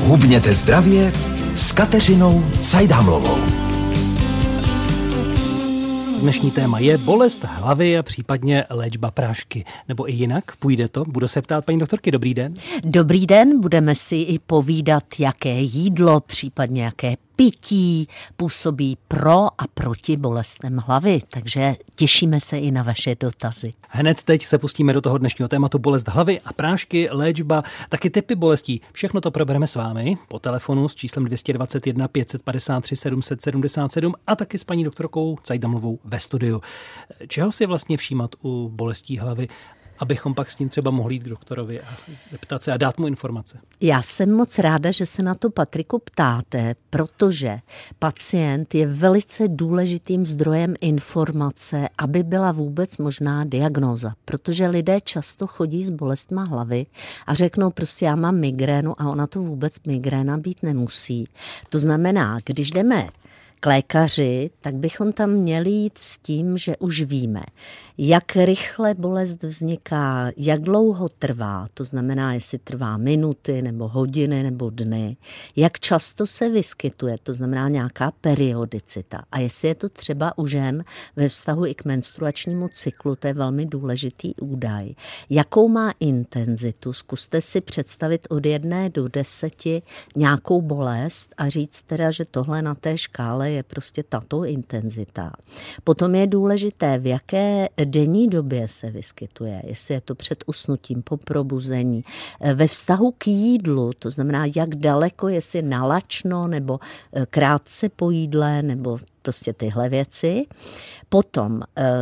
Hubněte zdravě s Kateřinou Cajdámlovou. Dnešní téma je bolest hlavy a případně léčba prášky. Nebo i jinak, půjde to? Budu se ptát paní doktorky. Dobrý den. Dobrý den, budeme si i povídat, jaké jídlo, případně jaké pití působí pro a proti bolestem hlavy. Takže těšíme se i na vaše dotazy. Hned teď se pustíme do toho dnešního tématu bolest hlavy a prášky, léčba, taky typy bolestí. Všechno to probereme s vámi po telefonu s číslem 221 553 777 a taky s paní doktorkou Cajdámlovou ve studiu. Čeho si vlastně všímat u bolestí hlavy, abychom pak s tím třeba mohli jít k doktorovi a zeptat se a dát mu informace? Já jsem moc ráda, že se na to, Patriku, ptáte, protože pacient je velice důležitým zdrojem informace, aby byla vůbec možná diagnóza. Protože lidé často chodí s bolestma hlavy a řeknou prostě já mám migrénu a ona to vůbec migréna být nemusí. To znamená, když jdeme k lékaři, tak bychom tam měli jít s tím, že už víme, jak rychle bolest vzniká, jak dlouho trvá, to znamená, jestli trvá minuty nebo hodiny nebo dny, jak často se vyskytuje, to znamená nějaká periodicita a jestli je to třeba u žen ve vztahu i k menstruačnímu cyklu, to je velmi důležitý údaj. Jakou má intenzitu, zkuste si představit od 1 do 10 nějakou bolest a říct teda, že tohle na té škále je prostě tato intenzita. Potom je důležité, v jaké denní době se vyskytuje, jestli je to před usnutím, po probuzení, ve vztahu k jídlu, to znamená, jak daleko, jestli nalačno nebo krátce po jídle, nebo prostě tyhle věci. Potom,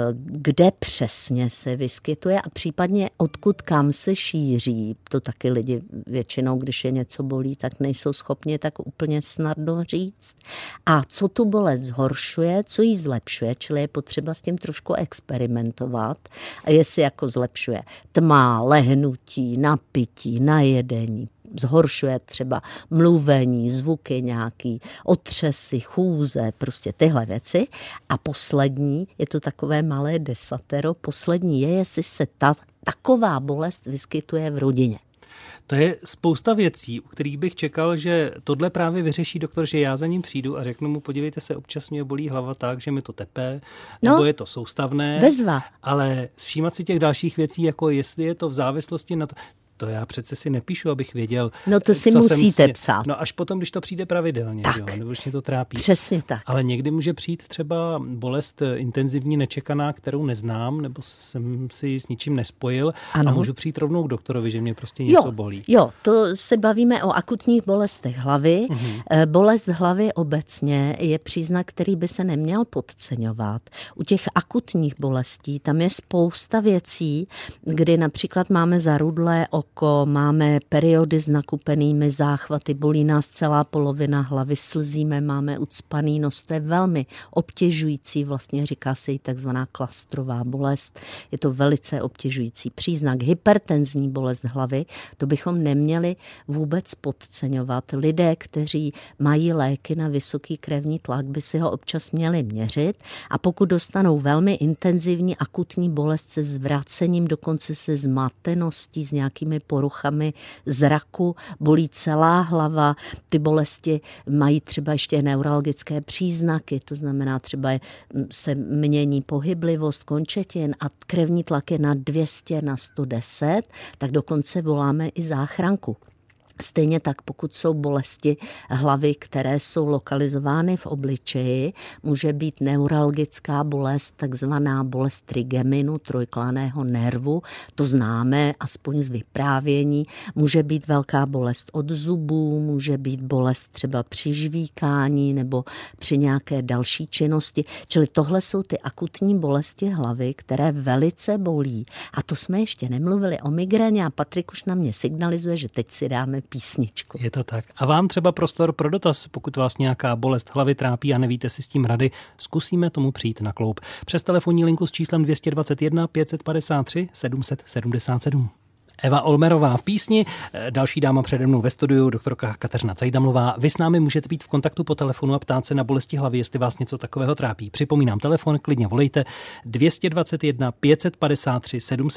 kde přesně se vyskytuje a případně odkud kam se šíří. To taky lidi většinou, když je něco bolí, tak nejsou schopni tak úplně snadno říct. A co tu bolest zhoršuje, co ji zlepšuje, čili je potřeba s tím trošku experimentovat. A jestli jako zlepšuje tma, lehnutí, napití, najedení, zhoršuje třeba mluvení, zvuky nějaký, otřesy, chůze, prostě tyhle věci. A poslední, je to takové malé desatero, poslední je, jestli se taková bolest vyskytuje v rodině. To je spousta věcí, u kterých bych čekal, že tohle právě vyřeší doktor, že já za ním přijdu a řeknu mu, podívejte se, občas mě bolí hlava tak, že mi to tepe, nebo je to soustavné. Bezva. Ale všímat si těch dalších věcí, jako jestli je to v závislosti na to já přece si nepíšu, abych věděl. No to si musíte psát. No až potom, když to přijde pravidelně, tak, jo, nebo když mě to trápí. Přesně tak. Ale někdy může přijít třeba bolest intenzivní, nečekaná, kterou neznám, nebo jsem si s ničím nespojil a můžu přijít rovnou k doktorovi, že mě prostě něco bolí. Jo, to se bavíme o akutních bolestech hlavy. Bolest hlavy obecně je příznak, který by se neměl podceňovat. U těch akutních bolestí tam je spousta věcí, kdy například máme zarudlé oko, máme periody s nakupenými záchvaty, bolí nás celá polovina hlavy, slzíme, máme ucpaný nos, to je velmi obtěžující, vlastně říká se jí takzvaná klastrová bolest. Je to velice obtěžující příznak. Hypertenzní bolest hlavy, to bychom neměli vůbec podceňovat. Lidé, kteří mají léky na vysoký krevní tlak, by si ho občas měli měřit a pokud dostanou velmi intenzivní akutní bolest se zvracením, dokonce se zmateností, s nějakými poruchami zraku, bolí celá hlava, ty bolesti mají třeba ještě neuralgické příznaky, to znamená třeba se mění pohyblivost končetin a krevní tlak je na 200 na 110, tak dokonce voláme i záchranku. Stejně tak, pokud jsou bolesti hlavy, které jsou lokalizovány v obličeji, může být neuralgická bolest, takzvaná bolest trigeminu, trojklaného nervu, to známe aspoň z vyprávění, může být velká bolest od zubů, může být bolest třeba při žvíkání nebo při nějaké další činnosti, čili tohle jsou ty akutní bolesti hlavy, které velice bolí. A to jsme ještě nemluvili o migréně a Patrik už na mě signalizuje, že teď si dáme písničku. Je to tak. A vám třeba prostor pro dotaz, pokud vás nějaká bolest hlavy trápí a nevíte si s tím rady, zkusíme tomu přijít na kloub. Přes telefonní linku s číslem 221 553 777. Eva Olmerová v písni, další dáma přede mnou ve studiu, doktorka Kateřina Cajdamlová. Vy s námi můžete být v kontaktu po telefonu a ptát se na bolesti hlavy, jestli vás něco takového trápí. Připomínám telefon, klidně volejte 221 553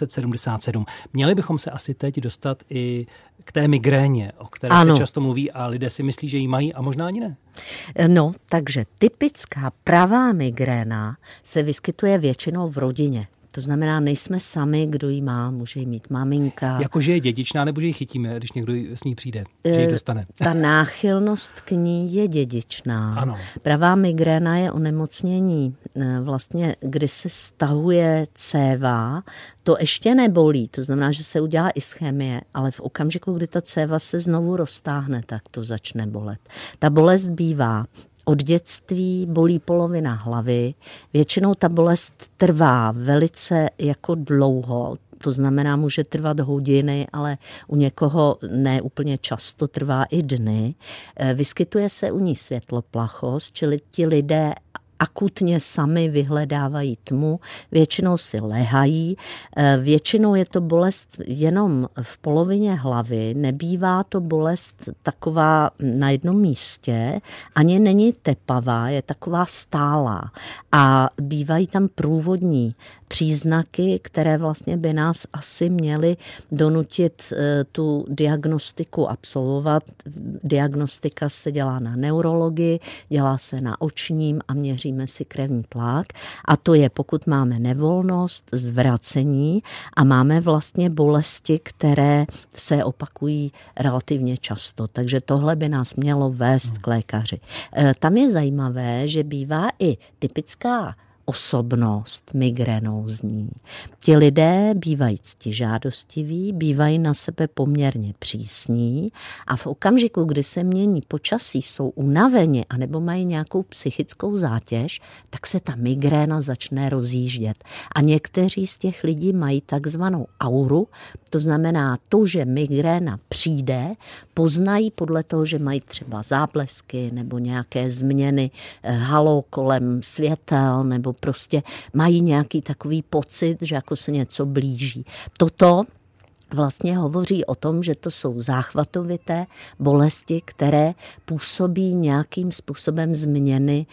777. Měli bychom se asi teď dostat i k té migréně, o které se často mluví a lidé si myslí, že ji mají a možná ani ne. No, takže typická pravá migréna se vyskytuje většinou v rodině. To znamená, nejsme sami, kdo ji má, může ji mít maminka. Jakože je dědičná, nebo že ji chytíme, když někdo s ní přijde, že ji dostane. Ta náchylnost k ní je dědičná. Ano. Pravá migréna je onemocnění, vlastně, kdy se stahuje céva, to ještě nebolí, to znamená, že se udělá ischemie, ale v okamžiku, kdy ta céva se znovu roztáhne, tak to začne bolet. Ta bolest bývá od dětství, bolí polovina hlavy. Většinou ta bolest trvá velice jako dlouho, to znamená, může trvat hodiny, ale u někoho ne úplně často, trvá i dny. Vyskytuje se u ní světloplachost, čili ti lidé akutně sami vyhledávají tmu, většinou si lehají, většinou je to bolest jenom v polovině hlavy, nebývá to bolest taková na jednom místě, ani není tepavá, je taková stálá a bývají tam průvodní příznaky, které vlastně by nás asi měly donutit tu diagnostiku absolvovat. Diagnostika se dělá na neurologii, dělá se na očním a měříme si krevní tlak. A to je, pokud máme nevolnost, zvracení a máme vlastně bolesti, které se opakují relativně často. Takže tohle by nás mělo vést k lékaři. Tam je zajímavé, že bývá i typická osobnost migrénózní. Ti lidé bývají ctižádostiví, bývají na sebe poměrně přísní a v okamžiku, kdy se mění počasí, jsou unaveni anebo mají nějakou psychickou zátěž, tak se ta migréna začne rozjíždět. A někteří z těch lidí mají takzvanou auru, to znamená to, že migréna přijde, poznají podle toho, že mají třeba záblesky nebo nějaké změny halo kolem světel nebo prostě mají nějaký takový pocit, že jako se něco blíží. Toto vlastně hovoří o tom, že to jsou záchvatovité bolesti, které působí nějakým způsobem změny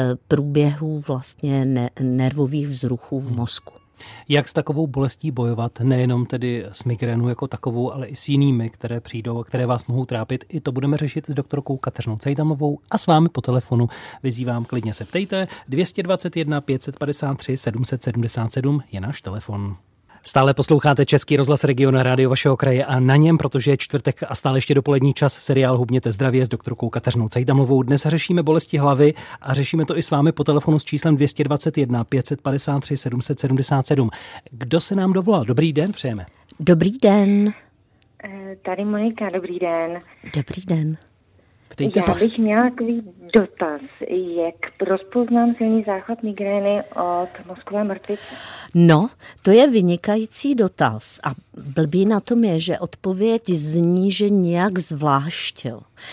průběhu vlastně nervových vzruchů v mozku. Jak s takovou bolestí bojovat, nejenom tedy s migrénou jako takovou, ale i s jinými, které přijdou a které vás mohou trápit. I to budeme řešit s doktorkou Kateřinou Cajdamlovou a s vámi po telefonu vyzývám, klidně se ptejte. 221 553 777 je náš telefon. Stále posloucháte Český rozhlas Region, rádio vašeho kraje a na něm, protože je čtvrtek a stále ještě dopolední čas, seriál Hubněte zdravě s doktorkou Kateřinou Cajdamlovou. Dnes řešíme bolesti hlavy a řešíme to i s vámi po telefonu s číslem 221 553 777. Kdo se nám dovolal? Dobrý den, přejeme. Dobrý den. Tady Monika, dobrý den. Dobrý den. Já bych měla takový dotaz, jak rozpoznám silný záchvat migrény od mozkové mrtvice? No, to je vynikající dotaz a blbý na tom je, že odpověď zní, že nějak zvlášť.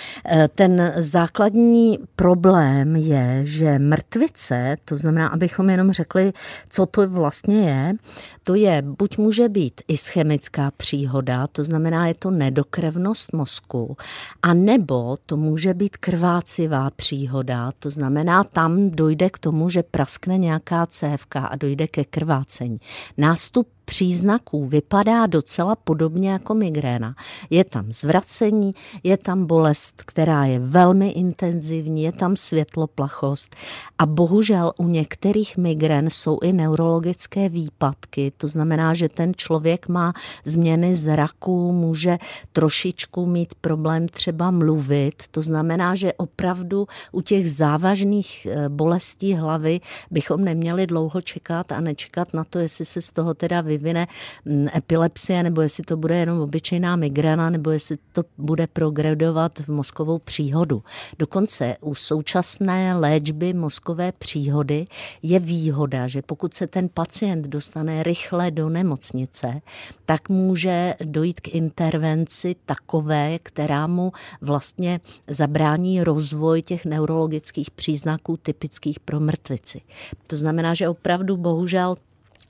Ten základní problém je, že mrtvice, to znamená, abychom jenom řekli, co to vlastně je, buď může být ischemická příhoda, to znamená, je to nedokrevnost mozku, a nebo to může být krvácivá příhoda, to znamená, tam dojde k tomu, že praskne nějaká cévka a dojde ke krvácení. Nástup příznaků vypadá docela podobně jako migréna. Je tam zvracení, je tam bolest, která je velmi intenzivní, je tam světloplachost a bohužel u některých migrén jsou i neurologické výpadky. To znamená, že ten člověk má změny zraku, může trošičku mít problém třeba mluvit. To znamená, že opravdu u těch závažných bolestí hlavy bychom neměli dlouho čekat a nečekat na to, jestli se z toho teda vyvine epilepsie, nebo jestli to bude jenom obyčejná migréna, nebo jestli to bude progredovat v mozkovou příhodu. Dokonce u současné léčby mozkové příhody je výhoda, že pokud se ten pacient dostane rychle do nemocnice, tak může dojít k intervenci takové, která mu vlastně zabrání rozvoj těch neurologických příznaků typických pro mrtvici. To znamená, že opravdu bohužel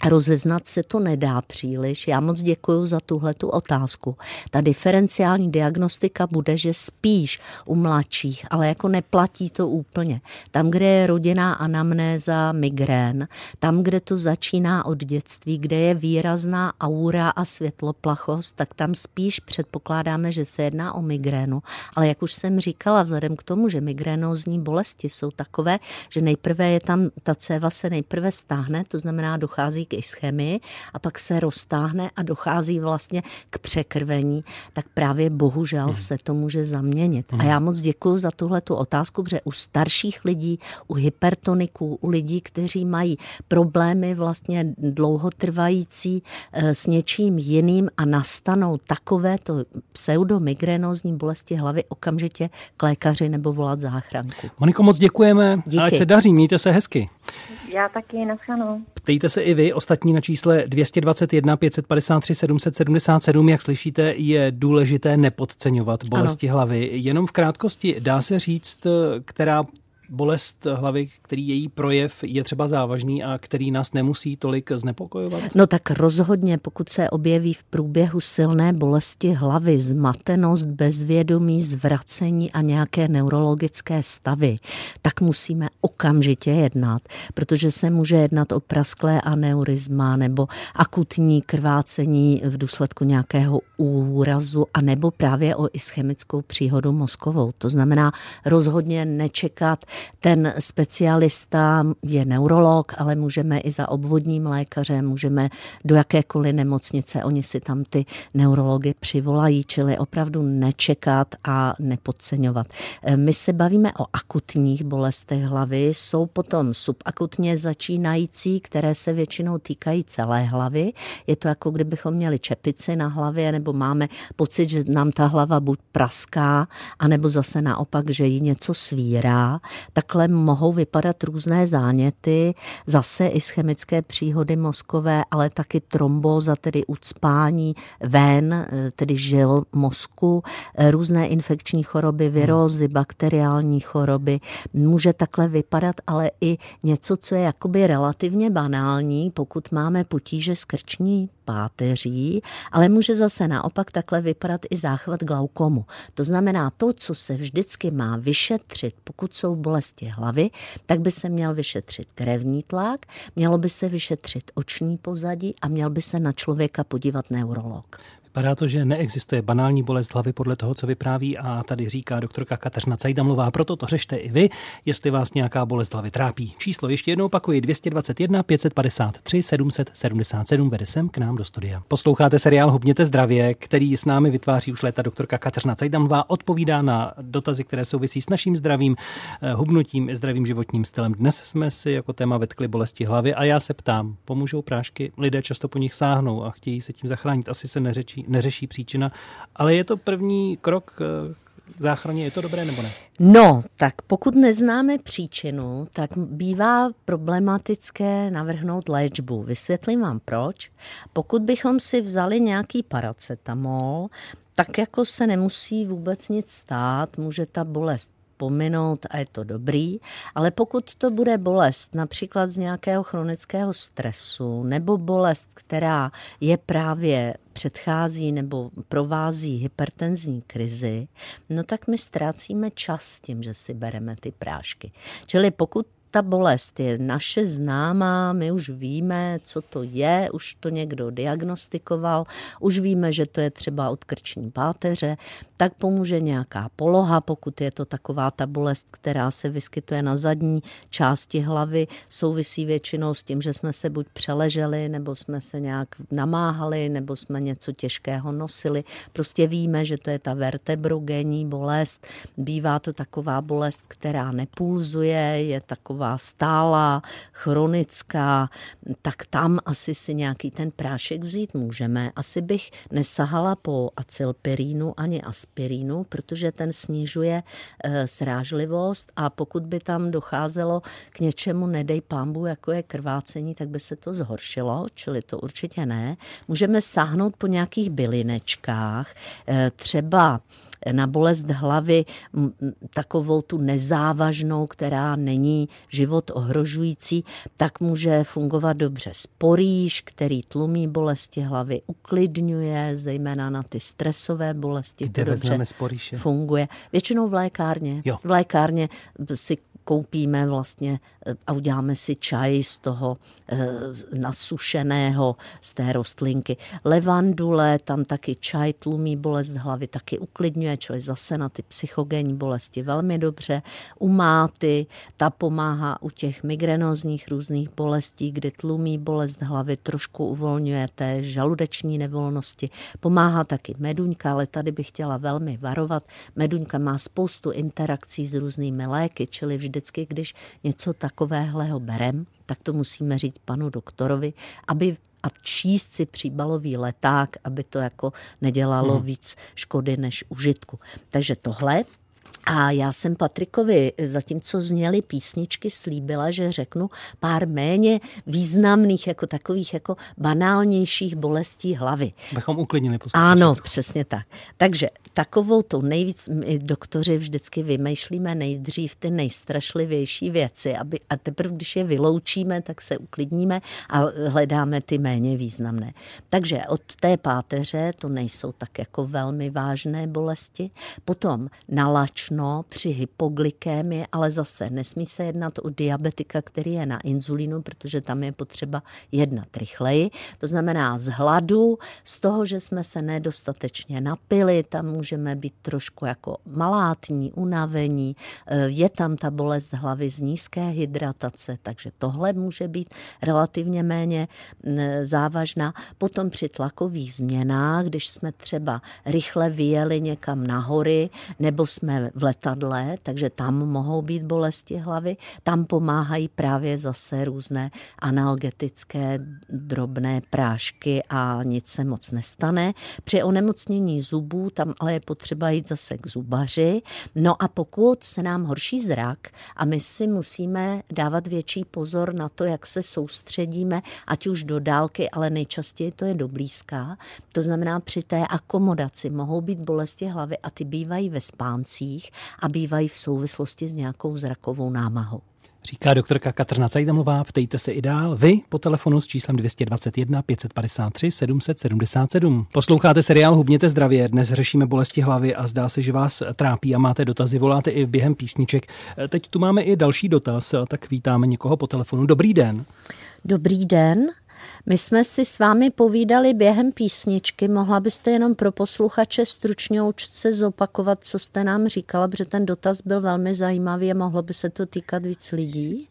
Rozeznat se to nedá příliš. Já moc děkuju za tuhletu otázku. Ta diferenciální diagnostika bude, že spíš u mladších, ale jako neplatí to úplně. Tam, kde je rodinná anamnéza migrén, tam, kde to začíná od dětství, kde je výrazná aura a světloplachost, tak tam spíš předpokládáme, že se jedná o migrénu. Ale jak už jsem říkala, vzhledem k tomu, že migrénózní bolesti jsou takové, že nejprve je tam, ta céva se nejprve stáhne, to znamená dochází k ischemii a pak se roztáhne a dochází vlastně k překrvení, tak právě bohužel se to může zaměnit. A já moc děkuju za tuhletu otázku, protože u starších lidí, u hypertoniků, u lidí, kteří mají problémy vlastně dlouhotrvající s něčím jiným a nastanou takovéto pseudomigrénózní bolesti hlavy, okamžitě k lékaři nebo volat záchranku. Moniko, moc děkujeme. Díky. Ať se daří, mějte se hezky. Já taky, naschledanou. Ptejte se i vy, ostatní na čísle 221 553 777. Jak slyšíte, je důležité nepodceňovat bolesti hlavy. Jenom v krátkosti dá se říct, která bolest hlavy, který její projev je třeba závažný a který nás nemusí tolik znepokojovat? No tak rozhodně, pokud se objeví v průběhu silné bolesti hlavy, zmatenost, bezvědomí, zvracení a nějaké neurologické stavy, tak musíme okamžitě jednat, protože se může jednat o prasklé aneurizma nebo akutní krvácení v důsledku nějakého úrazu a nebo právě o ischemickou příhodu mozkovou. To znamená rozhodně nečekat. Ten specialista je neurolog, ale můžeme i za obvodním lékařem, můžeme do jakékoliv nemocnice, oni si tam ty neurology přivolají, čili opravdu nečekat a nepodceňovat. My se bavíme o akutních bolestech hlavy, jsou potom subakutně začínající, které se většinou týkají celé hlavy. Je to jako kdybychom měli čepici na hlavě, nebo máme pocit, že nám ta hlava buď praská, anebo zase naopak, že jí něco svírá. Takhle mohou vypadat různé záněty, zase ischemické příhody mozkové, ale taky trombóza, tedy ucpání ven, tedy žil mozku, různé infekční choroby, virózy, bakteriální choroby. Může takhle vypadat, ale i něco, co je jakoby relativně banální, pokud máme potíže s krční páteří, ale může zase naopak takhle vypadat i záchvat glaukomu. To znamená, to, co se vždycky má vyšetřit, pokud jsou bolesti hlavy, tak by se měl vyšetřit krevní tlak, mělo by se vyšetřit oční pozadí a měl by se na člověka podívat neurolog. Vypadá to, že neexistuje banální bolest hlavy podle toho, co vypráví a tady říká doktorka Kateřina Cajdamlová. Proto to řešte i vy, jestli vás nějaká bolest hlavy trápí. Číslo ještě jednou opakuji 221 553 777. Vede sem k nám do studia. Posloucháte seriál Hubněte zdravě, který s námi vytváří už léta doktorka Kateřina Cajdamlová. Odpovídá na dotazy, které souvisí s naším zdravím, hubnutím i zdravým životním stylem. Dnes jsme si jako téma vetkli bolesti hlavy a já se ptám, pomůžou prášky? Lidé často po nich sáhnou a chtějí se tím zachránit. Asi se neřeší příčina, ale je to první krok k záchraně, je to dobré nebo ne? No, tak pokud neznáme příčinu, tak bývá problematické navrhnout léčbu. Vysvětlím vám proč. Pokud bychom si vzali nějaký paracetamol, tak jako se nemusí vůbec nic stát, může ta bolest pominout a je to dobrý, ale pokud to bude bolest například z nějakého chronického stresu nebo bolest, která je právě předchází nebo provází hypertenzní krizi, no tak my ztrácíme čas tím, že si bereme ty prášky. Čili pokud ta bolest je naše známá, my už víme, co to je, už to někdo diagnostikoval, už víme, že to je třeba od krční páteře, tak pomůže nějaká poloha, pokud je to taková ta bolest, která se vyskytuje na zadní části hlavy, souvisí většinou s tím, že jsme se buď přeleželi, nebo jsme se nějak namáhali, nebo jsme něco těžkého nosili. Prostě víme, že to je ta vertebrogenní bolest. Bývá to taková bolest, která nepulzuje, je taková stálá, chronická, tak tam asi si nějaký ten prášek vzít můžeme. Asi bych nesahala po acylpirínu ani aspirínu, protože ten snižuje srážlivost a pokud by tam docházelo k něčemu, nedej pánbu, jako je krvácení, tak by se to zhoršilo, čili to určitě ne. Můžeme sáhnout po nějakých bylinečkách, třeba na bolest hlavy takovou tu nezávažnou, která není život ohrožující, tak může fungovat dobře sporýž, který tlumí bolesti hlavy, uklidňuje, zejména na ty stresové bolesti. Kde vezmeme sporýše? Funguje. Většinou v lékárně. Jo. V lékárně si koupíme vlastně a uděláme si čaj z toho nasušeného, z té rostlinky. Levandule, tam taky čaj tlumí bolest hlavy, taky uklidňuje, čili zase na ty psychogenní bolesti velmi dobře. U máty, ta pomáhá u těch migrenózních různých bolestí, kdy tlumí bolest hlavy, trošku uvolňuje té žaludeční nevolnosti. Pomáhá taky meduňka, ale tady bych chtěla velmi varovat. Meduňka má spoustu interakcí s různými léky, čili vždycky, když něco takového berem, tak to musíme říct panu doktorovi, a číst si příbalový leták, aby to jako nedělalo víc škody než užitku. Takže tohle. A já jsem Patrikovi, zatímco zněly písničky, slíbila, že řeknu pár méně významných, jako takových jako banálnějších bolestí hlavy. Bychom uklidnili posluchače. Ano, přesně tak. Takže takovou tou nejvíc, my doktoři vždycky vymýšlíme nejdřív ty nejstrašlivější věci, a teprve, když je vyloučíme, tak se uklidníme a hledáme ty méně významné. Takže od té páteře to nejsou tak jako velmi vážné bolesti. Potom nalačno při hypoglykémii, ale zase nesmí se jednat o diabetika, který je na inzulínu, protože tam je potřeba jednat rychleji. To znamená z hladu, z toho, že jsme se nedostatečně napili, tam můžeme být trošku jako malátní, unavení, je tam ta bolest hlavy z nízké hydratace, takže tohle může být relativně méně závažná. Potom při tlakových změnách, když jsme třeba rychle vyjeli někam na hory, nebo jsme v letadle, takže tam mohou být bolesti hlavy. Tam pomáhají právě zase různé analgetické drobné prášky a nic se moc nestane. Při onemocnění zubů tam ale je potřeba jít zase k zubaři. No a pokud se nám horší zrak a my si musíme dávat větší pozor na to, jak se soustředíme, ať už do dálky, ale nejčastěji to je do blízka. To znamená, při té akomodaci mohou být bolesti hlavy a ty bývají ve spáncích a bývají v souvislosti s nějakou zrakovou námahou. Říká doktorka Kateřina Cajdamlová, ptejte se i dál vy po telefonu s číslem 221 553 777. Posloucháte seriál Hubněte zdravě, dnes řešíme bolesti hlavy a zdá se, že vás trápí a máte dotazy, voláte i během písniček. Teď tu máme i další dotaz, tak vítáme někoho po telefonu. Dobrý den. Dobrý den. My jsme si s vámi povídali během písničky. Mohla byste jenom pro posluchače stručňoučce zopakovat, co jste nám říkala, protože ten dotaz byl velmi zajímavý a mohlo by se to týkat víc lidí?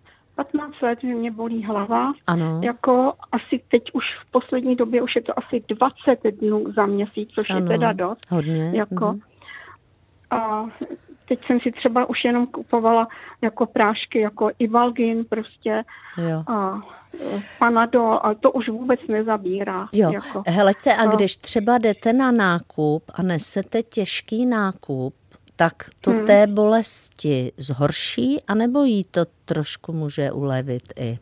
15 let, že mě bolí hlava. Ano. Jako asi teď už v poslední době už je to asi 20 dnů za měsíc, což ano, je teda dost. Hodně. Jako, a teď jsem si třeba už jenom kupovala jako prášky, jako Ivalgin prostě. Jo. A Panadol, ale to už vůbec nezabírá. Jo, jako. Helejte, a když třeba jdete na nákup a nesete těžký nákup, tak to té bolesti zhorší, anebo jí to trošku může ulevit i?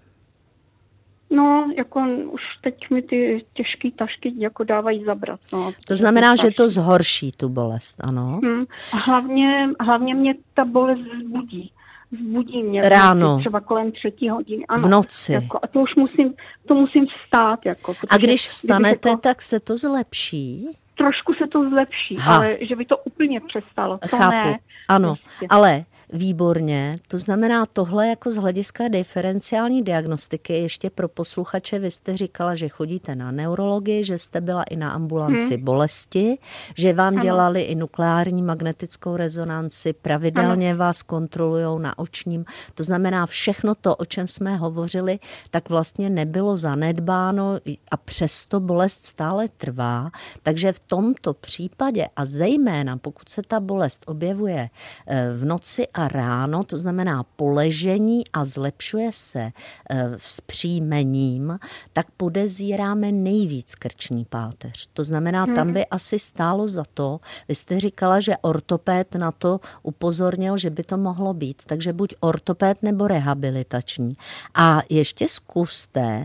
No, jako už teď mi ty těžké tašky jako dávají zabrat. No, to znamená, že to zhorší tu bolest, ano? Hlavně mě ta bolest vzbudí mě. Ráno. Třeba kolem 3 hodiny. Ano, v noci. Jako, a to už musím vstát. Jako, a když vstanete, tak se to zlepší? Trošku se to zlepší, ale že by to úplně přestalo. To chápu, ne. ano, prostě. Ale výborně. To znamená tohle jako z hlediska diferenciální diagnostiky, ještě pro posluchače, vy jste říkala, že chodíte na neurologii, že jste byla i na ambulanci bolesti, že vám dělali i nukleární magnetickou rezonanci, pravidelně vás kontrolujou na očním. To znamená všechno to, o čem jsme hovořili, tak vlastně nebylo zanedbáno a přesto bolest stále trvá. Takže v tomto případě a zejména pokud se ta bolest objevuje v noci a ráno, to znamená po ležení a zlepšuje se vzpřímením, tak podezíráme nejvíc krční páteř. To znamená, tam by asi stálo za to, vy jste říkala, že ortopéd na to upozornil, že by to mohlo být, takže buď ortopéd nebo rehabilitační. A ještě zkuste,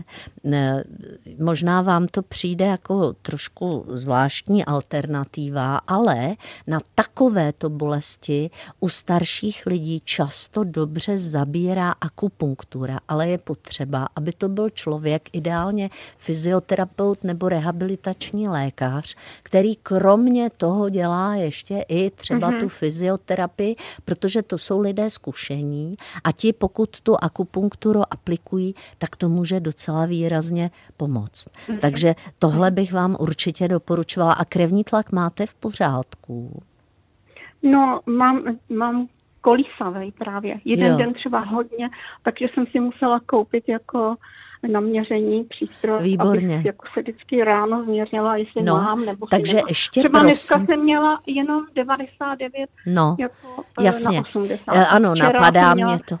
možná vám to přijde jako trošku zvláštní alternativa, ale na takovéto bolesti u starších lidí často dobře zabírá akupunktura, ale je potřeba, aby to byl člověk, ideálně fyzioterapeut nebo rehabilitační lékař, který kromě toho dělá ještě i třeba tu fyzioterapii, protože to jsou lidé zkušení a ti, pokud tu akupunkturu aplikují, tak to může docela výrazně pomoct. Takže tohle bych vám určitě doporučovala. A krevní tlak máte v pořádku? No, mám kolísavej právě. Jeden den třeba hodně, takže jsem si musela koupit jako naměření přístroj, Výborně. abych jako se vždycky ráno změřila, jestli mám nebo takže ještě třeba prosím. dneska jsem měla jenom 99 jako jasně. na 80. Ano, Včera napadá mě to.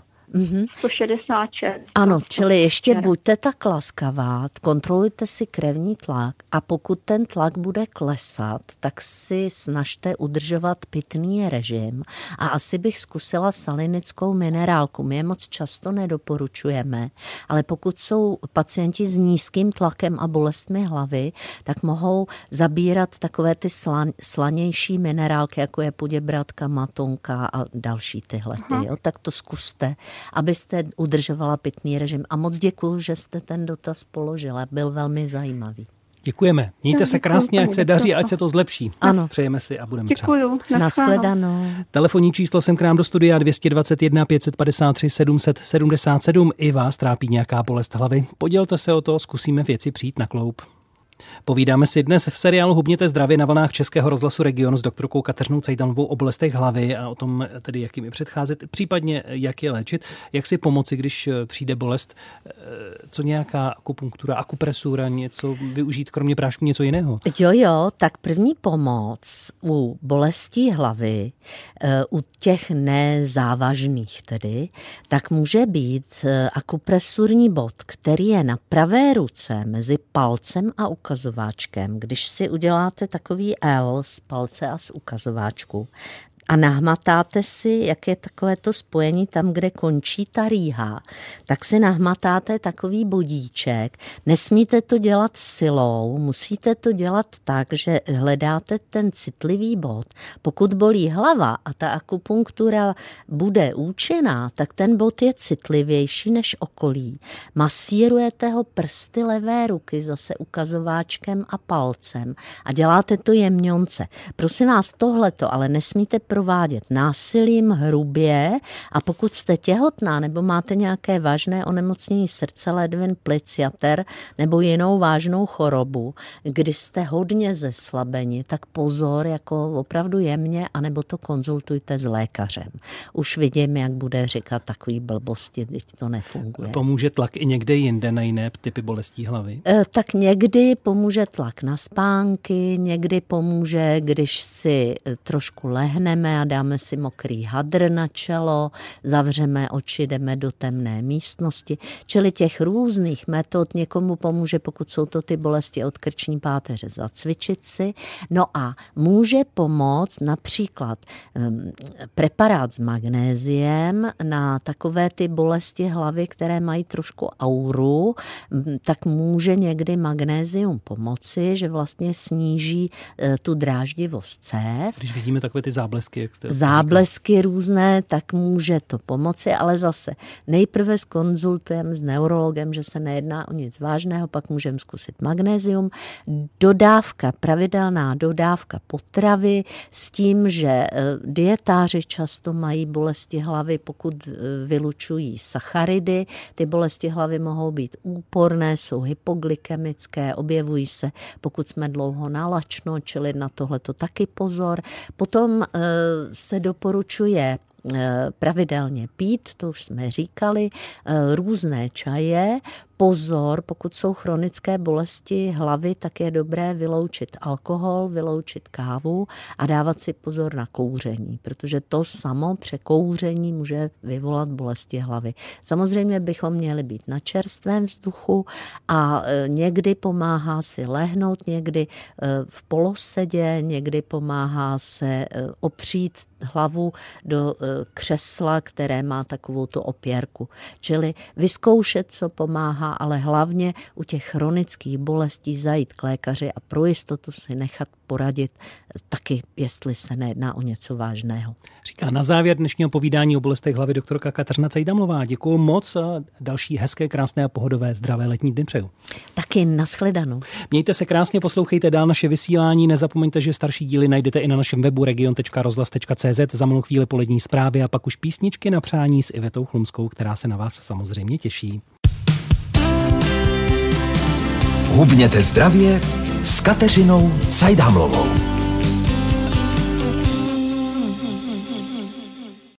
166. Ano, čili ještě buďte tak laskavá, kontrolujte si krevní tlak a pokud ten tlak bude klesat, tak si snažte udržovat pitný režim a asi bych zkusila salinickou minerálku. My je moc často nedoporučujeme, ale pokud jsou pacienti s nízkým tlakem a bolestmi hlavy, tak mohou zabírat takové ty slanější minerálky, jako je Poděbradka, Matonka a další tyhle. Tak to zkuste, abyste udržovala pitný režim. A moc děkuju, že jste ten dotaz položila. Byl velmi zajímavý. Děkujeme. Mějte se krásně, ať se daří, ať se to zlepší. Ano. Přejeme si a budeme přát. Děkuju. Nashledanou. Telefonní číslo sem k nám do studia 221 553 777. I vás trápí nějaká bolest hlavy? Podělte se o to, zkusíme věci přijít na kloub. Povídáme si dnes v seriálu Hubněte zdravě na vlnách Českého rozhlasu Region s doktorkou Kateřinou Cajdanovou o bolestech hlavy a o tom tedy, jak jim předcházet, případně jak je léčit, jak si pomoci, když přijde bolest, co nějaká akupunktura, akupresura, něco využít, kromě prášku něco jiného. Jo, tak první pomoc u bolestí hlavy, u těch nezávažných tedy, tak může být akupresurní bod, který je na pravé ruce mezi palcem a ukazováčkem. Když si uděláte takový L z palce a z ukazováčku a nahmatáte si, jak je takové to spojení tam, kde končí ta rýha, tak si nahmatáte takový bodíček. Nesmíte to dělat silou, musíte to dělat tak, že hledáte ten citlivý bod. Pokud bolí hlava a ta akupunktura bude účinná, tak ten bod je citlivější než okolí. Masírujete ho prsty levé ruky, zase ukazováčkem a palcem a děláte to jemňonce. Prosím vás, tohleto, ale nesmíte provádět násilím, hrubě a pokud jste těhotná nebo máte nějaké vážné onemocnění srdce, ledvin, plic, jater nebo jinou vážnou chorobu, kdy jste hodně zeslabeni, tak pozor, jako opravdu jemně, anebo to konzultujte s lékařem. Už vidím, jak bude říkat takový blbosti, když to nefunguje. Pomůže tlak i někde jinde na jiné typy bolestí hlavy? Tak někdy pomůže tlak na spánky, někdy pomůže, když si trošku lehneme a dáme si mokrý hadr na čelo, zavřeme oči, jdeme do temné místnosti. Čili těch různých metod někomu pomůže, pokud jsou to ty bolesti od krční páteře, zacvičit si. No a může pomoct například preparát s magnéziem na takové ty bolesti hlavy, které mají trošku auru, tak může někdy magnézium pomoci, že vlastně sníží tu dráždivost cév. Když vidíme takové ty záblesky, záblesky různé, tak může to pomoci, ale zase nejprve zkonzultujeme s neurologem, že se nejedná o nic vážného, pak můžeme zkusit magnézium. Dodávka, pravidelná dodávka potravy s tím, že dietáři často mají bolesti hlavy, pokud vylučují sacharidy. Ty bolesti hlavy mohou být úporné, jsou hypoglykemické, objevují se, pokud jsme dlouho nalačno, čili na tohleto taky pozor. Potom se doporučuje pravidelně pít, to už jsme říkali, různé čaje, pozor, pokud jsou chronické bolesti hlavy, tak je dobré vyloučit alkohol, vyloučit kávu a dávat si pozor na kouření, protože to samo překouření může vyvolat bolesti hlavy. Samozřejmě bychom měli být na čerstvém vzduchu a někdy pomáhá si lehnout, někdy v polosedě, někdy pomáhá se opřít hlavu do křesla, které má takovou tu opěrku. Čili vyzkoušet, co pomáhá, ale hlavně u těch chronických bolestí zajít k lékaři a pro jistotu si nechat poradit taky, jestli se nejedná o něco vážného. Říká na závěr dnešního povídání o bolestech hlavy doktorka Kateřina Cajdamlová. Děkuju moc a další hezké, krásné a pohodové zdravé letní dny přeju. Taky nashledanou. Mějte se krásně, poslouchejte dál naše vysílání, nezapomeňte, že starší díly najdete i na našem webu region.rozhlas.cz. Za malou chvíli polední zprávy a pak už písničky na přání s Ivetou Chlumskou, která se na vás samozřejmě těší. Hubněte zdravě s Kateřinou Cajdamlovou.